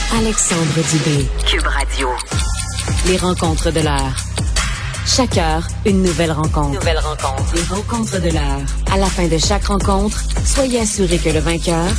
Alexandre Dubé. Cube Radio. Les rencontres de l'heure. Chaque heure, une nouvelle rencontre. Les rencontres de l'heure. À la fin de chaque rencontre, soyez assurés que le vainqueur,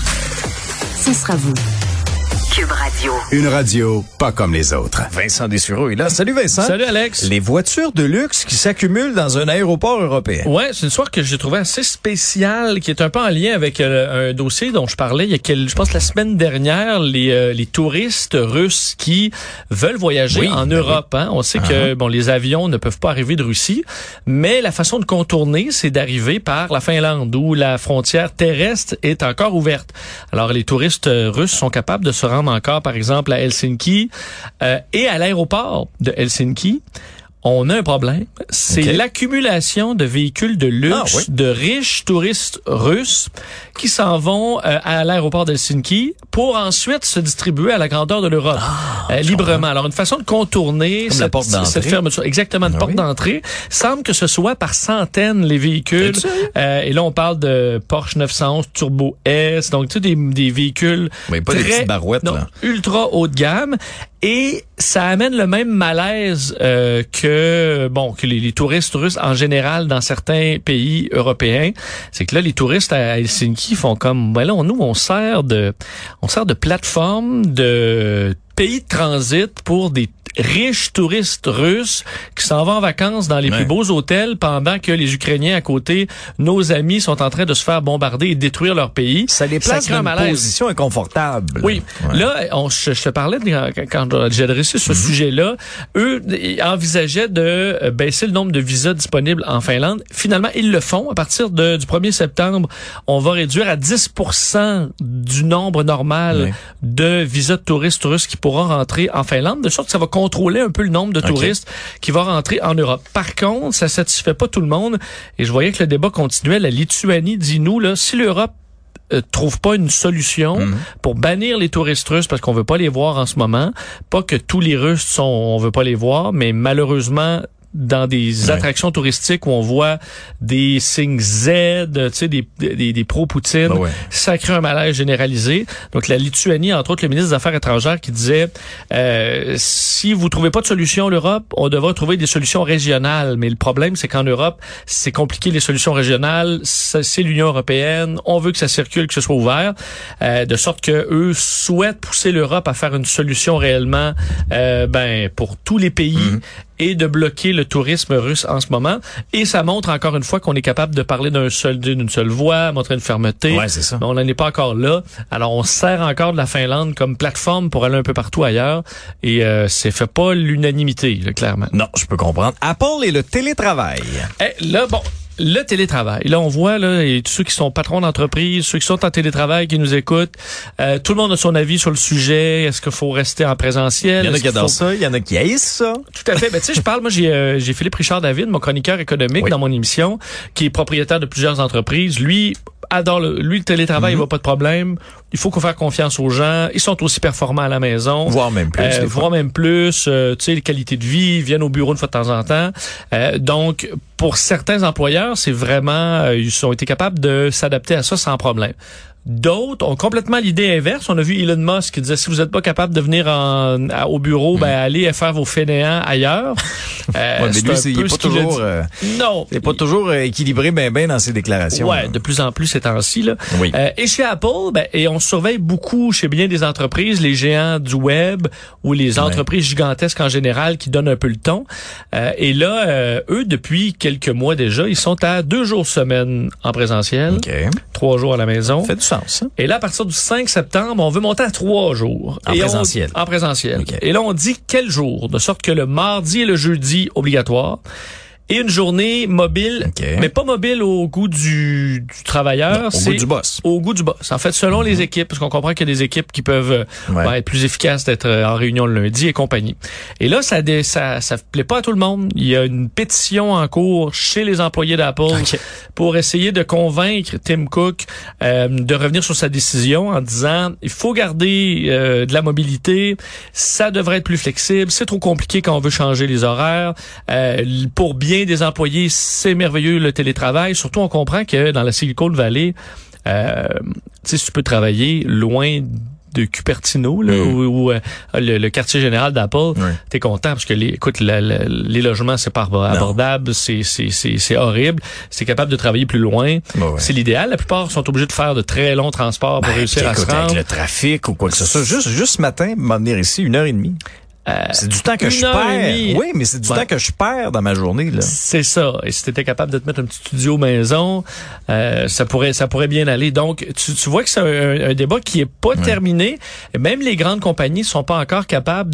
ce sera vous. Cube Radio. Une radio pas comme les autres. Vincent Dessureau est là. Salut Vincent. Salut Alex. Les voitures de luxe qui s'accumulent dans un aéroport européen. Ouais, c'est une histoire que j'ai trouvée assez spéciale, qui est un peu en lien avec un dossier dont je parlais il y a je pense la semaine dernière, les touristes russes qui veulent voyager en Europe. Hein. On sait que les avions ne peuvent pas arriver de Russie, mais la façon de contourner, c'est d'arriver par la Finlande, où la frontière terrestre est encore ouverte. Alors les touristes russes sont capables de se rendre encore, par exemple, à Helsinki et à l'aéroport de Helsinki. On a un problème, c'est l'accumulation de véhicules de luxe de riches touristes russes qui s'en vont à l'aéroport d'Helsinki pour ensuite se distribuer à la grandeur de l'Europe librement. Alors une façon de contourner cette fermeture, exactement, de porte d'entrée, semble que ce soit par centaines les véhicules. Et là on parle de Porsche 911 Turbo S, donc tu sais des véhicules pas des petites barouettes, là. Ultra haut de gamme. Et ça amène le même malaise que les touristes russes en général dans certains pays européens. C'est que là, les touristes à Helsinki font comme, on sert de plateforme, de pays de transit pour des riches touristes russes qui s'en vont en vacances dans les plus beaux hôtels pendant que les Ukrainiens à côté, nos amis, sont en train de se faire bombarder et détruire leur pays. Ça les place dans une position inconfortable. Oui. Ouais. Là, je te parlais quand j'ai adressé ce sujet-là, eux envisageaient de baisser le nombre de visas disponibles en Finlande. Finalement, ils le font. À partir du 1er septembre, on va réduire à 10% du nombre normal de visas de touristes russes qui pourront rentrer en Finlande, de sorte que ça va contrôler un peu le nombre de touristes qui vont rentrer en Europe. Par contre, ça satisfait pas tout le monde et je voyais que le débat continuait. La Lituanie dit, nous, là, si l'Europe trouve pas une solution pour bannir les touristes russes parce qu'on veut pas les voir en ce moment, pas que tous les Russes on veut pas les voir, mais malheureusement dans des attractions touristiques où on voit des signes Z, tu sais, des pro-Poutine, ça crée un malaise généralisé. Donc la Lituanie, entre autres le ministre des Affaires étrangères qui disait si vous trouvez pas de solution l'Europe, on devra trouver des solutions régionales. Mais le problème, c'est qu'en Europe, c'est compliqué les solutions régionales, c'est l'Union européenne, on veut que ça circule, que ce soit ouvert, de sorte que eux souhaitent pousser l'Europe à faire une solution réellement pour tous les pays et de bloquer le tourisme russe en ce moment. Et ça montre encore une fois qu'on est capable de parler d'une seule voix, montrer une fermeté. Ouais, c'est ça. Mais on n'en est pas encore là. Alors, on sert encore de la Finlande comme plateforme pour aller un peu partout ailleurs. Et c'est fait pas l'unanimité, là, clairement. Non, je peux comprendre. Apple et le télétravail. Le télétravail. Là, on voit et tous ceux qui sont patrons d'entreprise, ceux qui sont en télétravail, qui nous écoutent, tout le monde a son avis sur le sujet. Est-ce qu'il faut rester en présentiel? Il y en a qui adorent ça, il y en a qui haïssent ça. Tout à fait. Tu sais, je parle, moi, j'ai Philippe Richard David, mon chroniqueur économique dans mon émission, qui est propriétaire de plusieurs entreprises. Lui adore le télétravail, il va pas de problème. Il faut faire confiance aux gens. Ils sont aussi performants à la maison. Voire même plus. Tu sais, les qualités de vie, ils viennent au bureau une fois de temps en temps. Donc, pour certains employeurs, c'est vraiment, ils ont été capables de s'adapter à ça sans problème. D'autres ont complètement l'idée inverse. On a vu Elon Musk qui disait si vous n'êtes pas capable de venir au bureau, allez faire vos fainéants ailleurs. Mais lui, il est pas toujours équilibré dans ses déclarations. Ouais, de plus en plus ces temps-ci là. Oui. Et chez Apple, et on surveille beaucoup chez bien des entreprises, les géants du web ou les entreprises gigantesques en général qui donnent un peu le ton. Et là, eux depuis quelques mois déjà, ils sont à 2 jours semaine en présentiel, 3 jours à la maison. Fait du sens. Hein? Et là, à partir du 5 septembre, on veut monter à 3 jours. En présentiel. En présentiel. Okay. Et là, on dit quel jour, de sorte que le mardi et le jeudi, obligatoire. Et une journée mobile, mais pas mobile au goût du travailleur. Non, au goût du boss. Au goût du boss. En fait, selon les équipes, parce qu'on comprend qu'il y a des équipes qui peuvent être plus efficaces d'être en réunion le lundi et compagnie. Et là, ça plaît pas à tout le monde. Il y a une pétition en cours chez les employés d'Apple pour essayer de convaincre Tim Cook de revenir sur sa décision en disant il faut garder de la mobilité, ça devrait être plus flexible, c'est trop compliqué quand on veut changer les horaires. Pour bien des employés, c'est merveilleux le télétravail. Surtout, on comprend que dans la Silicon Valley, si tu peux travailler loin Cupertino, là, où le quartier général d'Apple, t'es content parce que les logements, c'est pas abordable, c'est horrible. C'est capable de travailler plus loin. C'est l'idéal. La plupart sont obligés de faire de très longs transports pour réussir à se rendre. Avec le trafic ou quoi que ce soit. Juste ce matin, m'en venir ici, 1h30. C'est du temps que je perds. Oui, mais c'est du temps que je perds dans ma journée, là. C'est ça. Et si t'étais capable de te mettre un petit studio maison, ça pourrait bien aller. Donc, tu vois que c'est un débat qui est pas terminé. Et même les grandes compagnies sont pas encore capables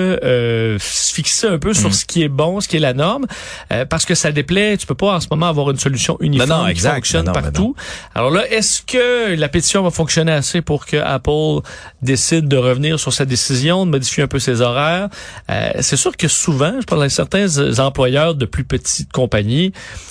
de se fixer un peu sur ce qui est bon, ce qui est la norme, parce que ça déplaît. Tu peux pas en ce moment avoir une solution uniforme qui fonctionne partout. Alors là, est-ce que la pétition va fonctionner assez pour que Apple décide de revenir sur sa décision, de modifier un peu ses horaires? C'est sûr que souvent, je parle à certains employeurs de plus petites compagnies,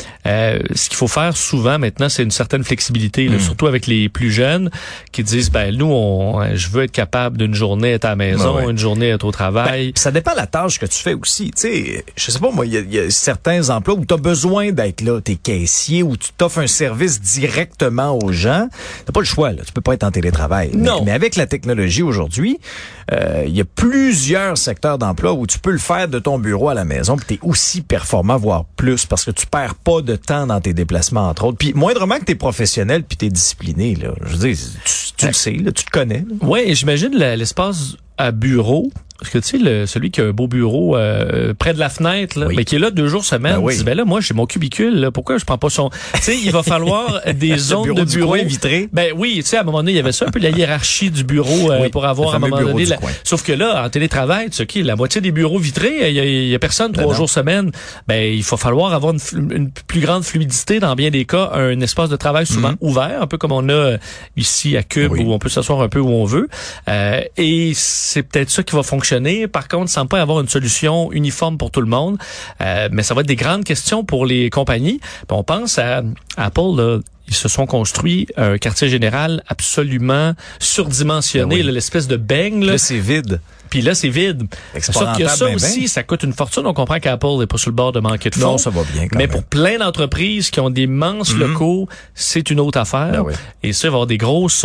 ce qu'il faut faire souvent maintenant, c'est une certaine flexibilité, là, surtout avec les plus jeunes qui disent, nous, je veux être capable d'une journée être à la maison, une journée être au travail. Ça dépend de la tâche que tu fais aussi. Tu sais, je sais pas, moi, il y a certains emplois où tu as besoin d'être là, t'es caissier, où tu t'offres un service directement aux gens. T'as pas le choix, là. Tu peux pas être en télétravail. Non. Mais avec la technologie aujourd'hui, il y a plusieurs secteurs d'emploi où tu peux le faire de ton bureau à la maison, puis t'es aussi performant, voire plus, parce que tu perds pas de temps dans tes déplacements, entre autres. Puis moindrement que t'es professionnel puis t'es discipliné, là. Je veux dire, tu le sais, là, tu te connais. Oui, j'imagine l'espace à bureau. Parce que tu sais, celui qui a un beau bureau près de la fenêtre, là, mais qui est là 2 jours semaine, dit là, moi j'ai mon cubicule, là, pourquoi je prends pas son. Tu sais, il va falloir des zones de bureau vitrées. Oui, tu sais, à un moment donné, il y avait ça un peu la hiérarchie du bureau pour avoir à un moment donné. Sauf que là, en télétravail, tu sais, la moitié des bureaux vitrés, il y a personne 3 jours semaine. Il va falloir avoir une plus grande fluidité dans bien des cas, un espace de travail souvent ouvert, un peu comme on a ici à Cube où on peut s'asseoir un peu où on veut. Et c'est peut-être ça qui va fonctionner. Par contre, il ne semble pas y avoir une solution uniforme pour tout le monde. Mais ça va être des grandes questions pour les compagnies. Puis on pense à Apple, là. Ils se sont construits un quartier général absolument surdimensionné, là, l'espèce de beigne. Là, c'est vide. Puis là, c'est vide. Sauf que ça aussi, ça coûte une fortune. On comprend qu'Apple n'est pas sur le bord de manquer de fonds. Non, ça va bien quand même. Mais pour plein d'entreprises qui ont des immenses locaux, c'est une autre affaire. Et ça, il va y avoir des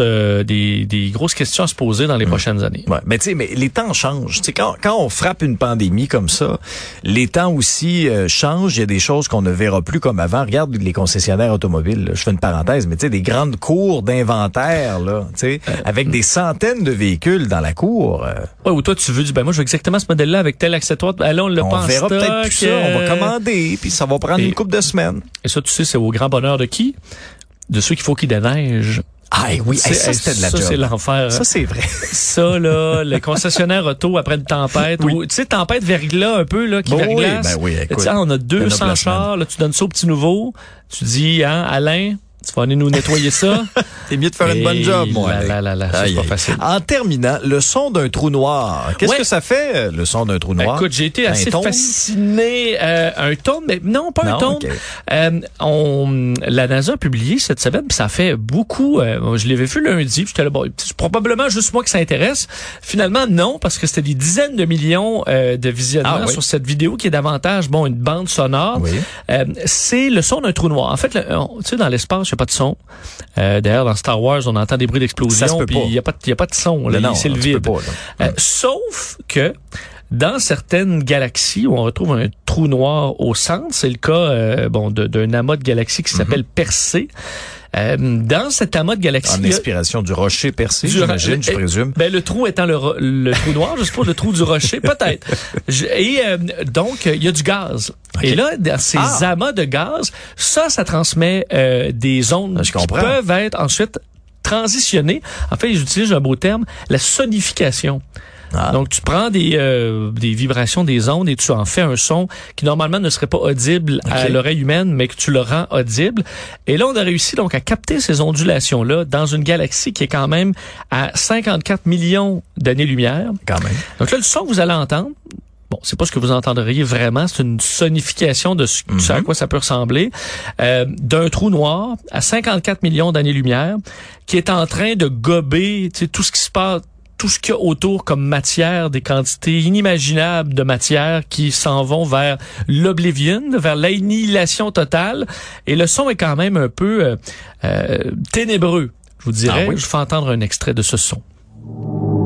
grosses questions à se poser dans les prochaines années. Ouais. Mais tu sais, les temps changent. Tu sais, quand on frappe une pandémie comme ça, les temps aussi changent. Il y a des choses qu'on ne verra plus comme avant. Regarde les concessionnaires automobiles. Là. Je fais une parenthèse, mais tu sais, des grandes cours d'inventaire, là, tu sais, avec des centaines de véhicules dans la cour. Ouais, ou toi, tu veux moi, je veux exactement ce modèle-là avec tel accessoire. Allons, on l'a pas en stock. On verra peut-être plus ça. On va commander, puis ça va prendre une couple de semaines. Et ça, tu sais, c'est au grand bonheur de qui? De ceux qu'il faut qu'il déneige. Ah oui, ça c'était de la job. Ça, c'est l'enfer. Ça, c'est vrai. Ça, là, le concessionnaire auto après une tempête. Tu sais, tempête verglas un peu, là, qui verglace. Écoute, on a 200 chars, là, tu donnes ça au petit nouveau. Tu dis, Alain, tu vas venir nous nettoyer ça. C'est mieux de faire une bonne job, moi. C'est pas facile. En terminant, le son d'un trou noir. Qu'est-ce que ça fait, le son d'un trou noir? Écoute, j'ai été assez fasciné. Un tone, mais non, pas un tone. Okay. La NASA a publié cette semaine, puis ça fait beaucoup. Je l'avais vu lundi, j'étais là, c'est probablement juste moi qui s'intéresse. Finalement, non, parce que c'était des dizaines de millions de visionnements sur cette vidéo qui est davantage, une bande sonore. Oui. C'est le son d'un trou noir. En fait, tu sais, dans l'espace, il n'y a pas de son. D'ailleurs, dans Star Wars, on entend des bruits d'explosion, puis il n'y a pas de son. Là, c'est le vide. Sauf que dans certaines galaxies où on retrouve un trou noir au centre, c'est le cas d'un amas de galaxies qui s'appelle Persée. Dans cet amas de galaxies... En inspiration du rocher Persée, j'imagine, je présume. Le trou étant le trou noir, je suppose, le trou du rocher, peut-être. Donc, il y a du gaz. Okay. Et là, dans ces amas de gaz, ça transmet des ondes qui peuvent être ensuite transitionnées. En fait, j'utilise un beau terme, la sonification. Donc, tu prends des vibrations, des ondes et tu en fais un son qui normalement ne serait pas audible à l'oreille humaine, mais que tu le rends audible. Et là, on a réussi donc à capter ces ondulations-là dans une galaxie qui est quand même à 54 millions d'années-lumière. Quand même. Donc là, le son que vous allez entendre, c'est pas ce que vous entendriez vraiment, c'est une sonification de ce à quoi ça peut ressembler, d'un trou noir à 54 millions d'années-lumière qui est en train de gober, tu sais, tout ce qui se passe, tout ce qu'il y a autour comme matière, des quantités inimaginables de matière qui s'en vont vers l'oblivion, vers l'annihilation totale. Et le son est quand même un peu ténébreux, je vous dirais. Je vous fais entendre un extrait de ce son.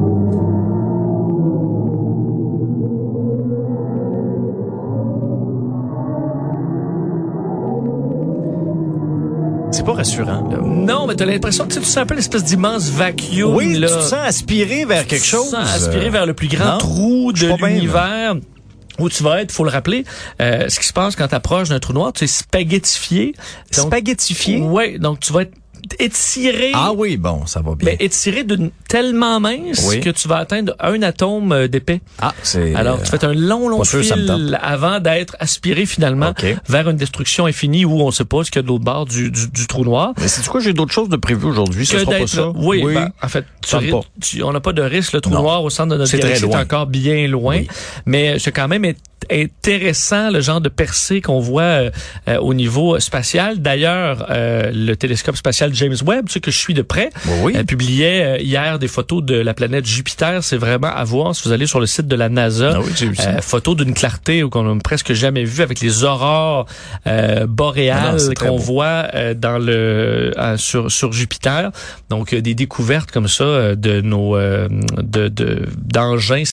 pas rassurant. Là. Non, mais t'as l'impression que tu sens un peu l'espèce d'immense vacuum. Oui, là. tu te sens aspiré vers quelque chose. Tu te sens aspiré vers le plus grand trou de l'univers. Où tu vas être, faut le rappeler, ce qui se passe quand tu approches d'un trou noir, tu es spaghettifié. Spaghettifié? Oui, donc tu vas être étiré. Ah oui, bon, ça va bien. Mais étiré d'une tellement mince que tu vas atteindre un atome d'épais. Ah, c'est... Alors, tu fais un long fil avant d'être aspiré finalement vers une destruction infinie où on ne sait pas ce qu'il y a de l'autre bord du trou noir. Mais c'est du coup, j'ai d'autres choses de prévues aujourd'hui. Ce sera pas ça. Oui. Ben, en fait, on n'a pas de risque. Le trou noir au centre de notre galaxie est encore bien loin. Oui. Mais c'est quand même intéressant le genre de percée qu'on voit au niveau spatial. D'ailleurs, le télescope spatial James Webb, que je suis de près, publiait hier des photos de la planète Jupiter. C'est vraiment à voir si vous allez sur le site de la NASA. Photos d'une clarté qu'on n'a presque jamais vue avec les aurores boréales qu'on voit dans sur Jupiter. Donc des découvertes comme ça de nos d'engins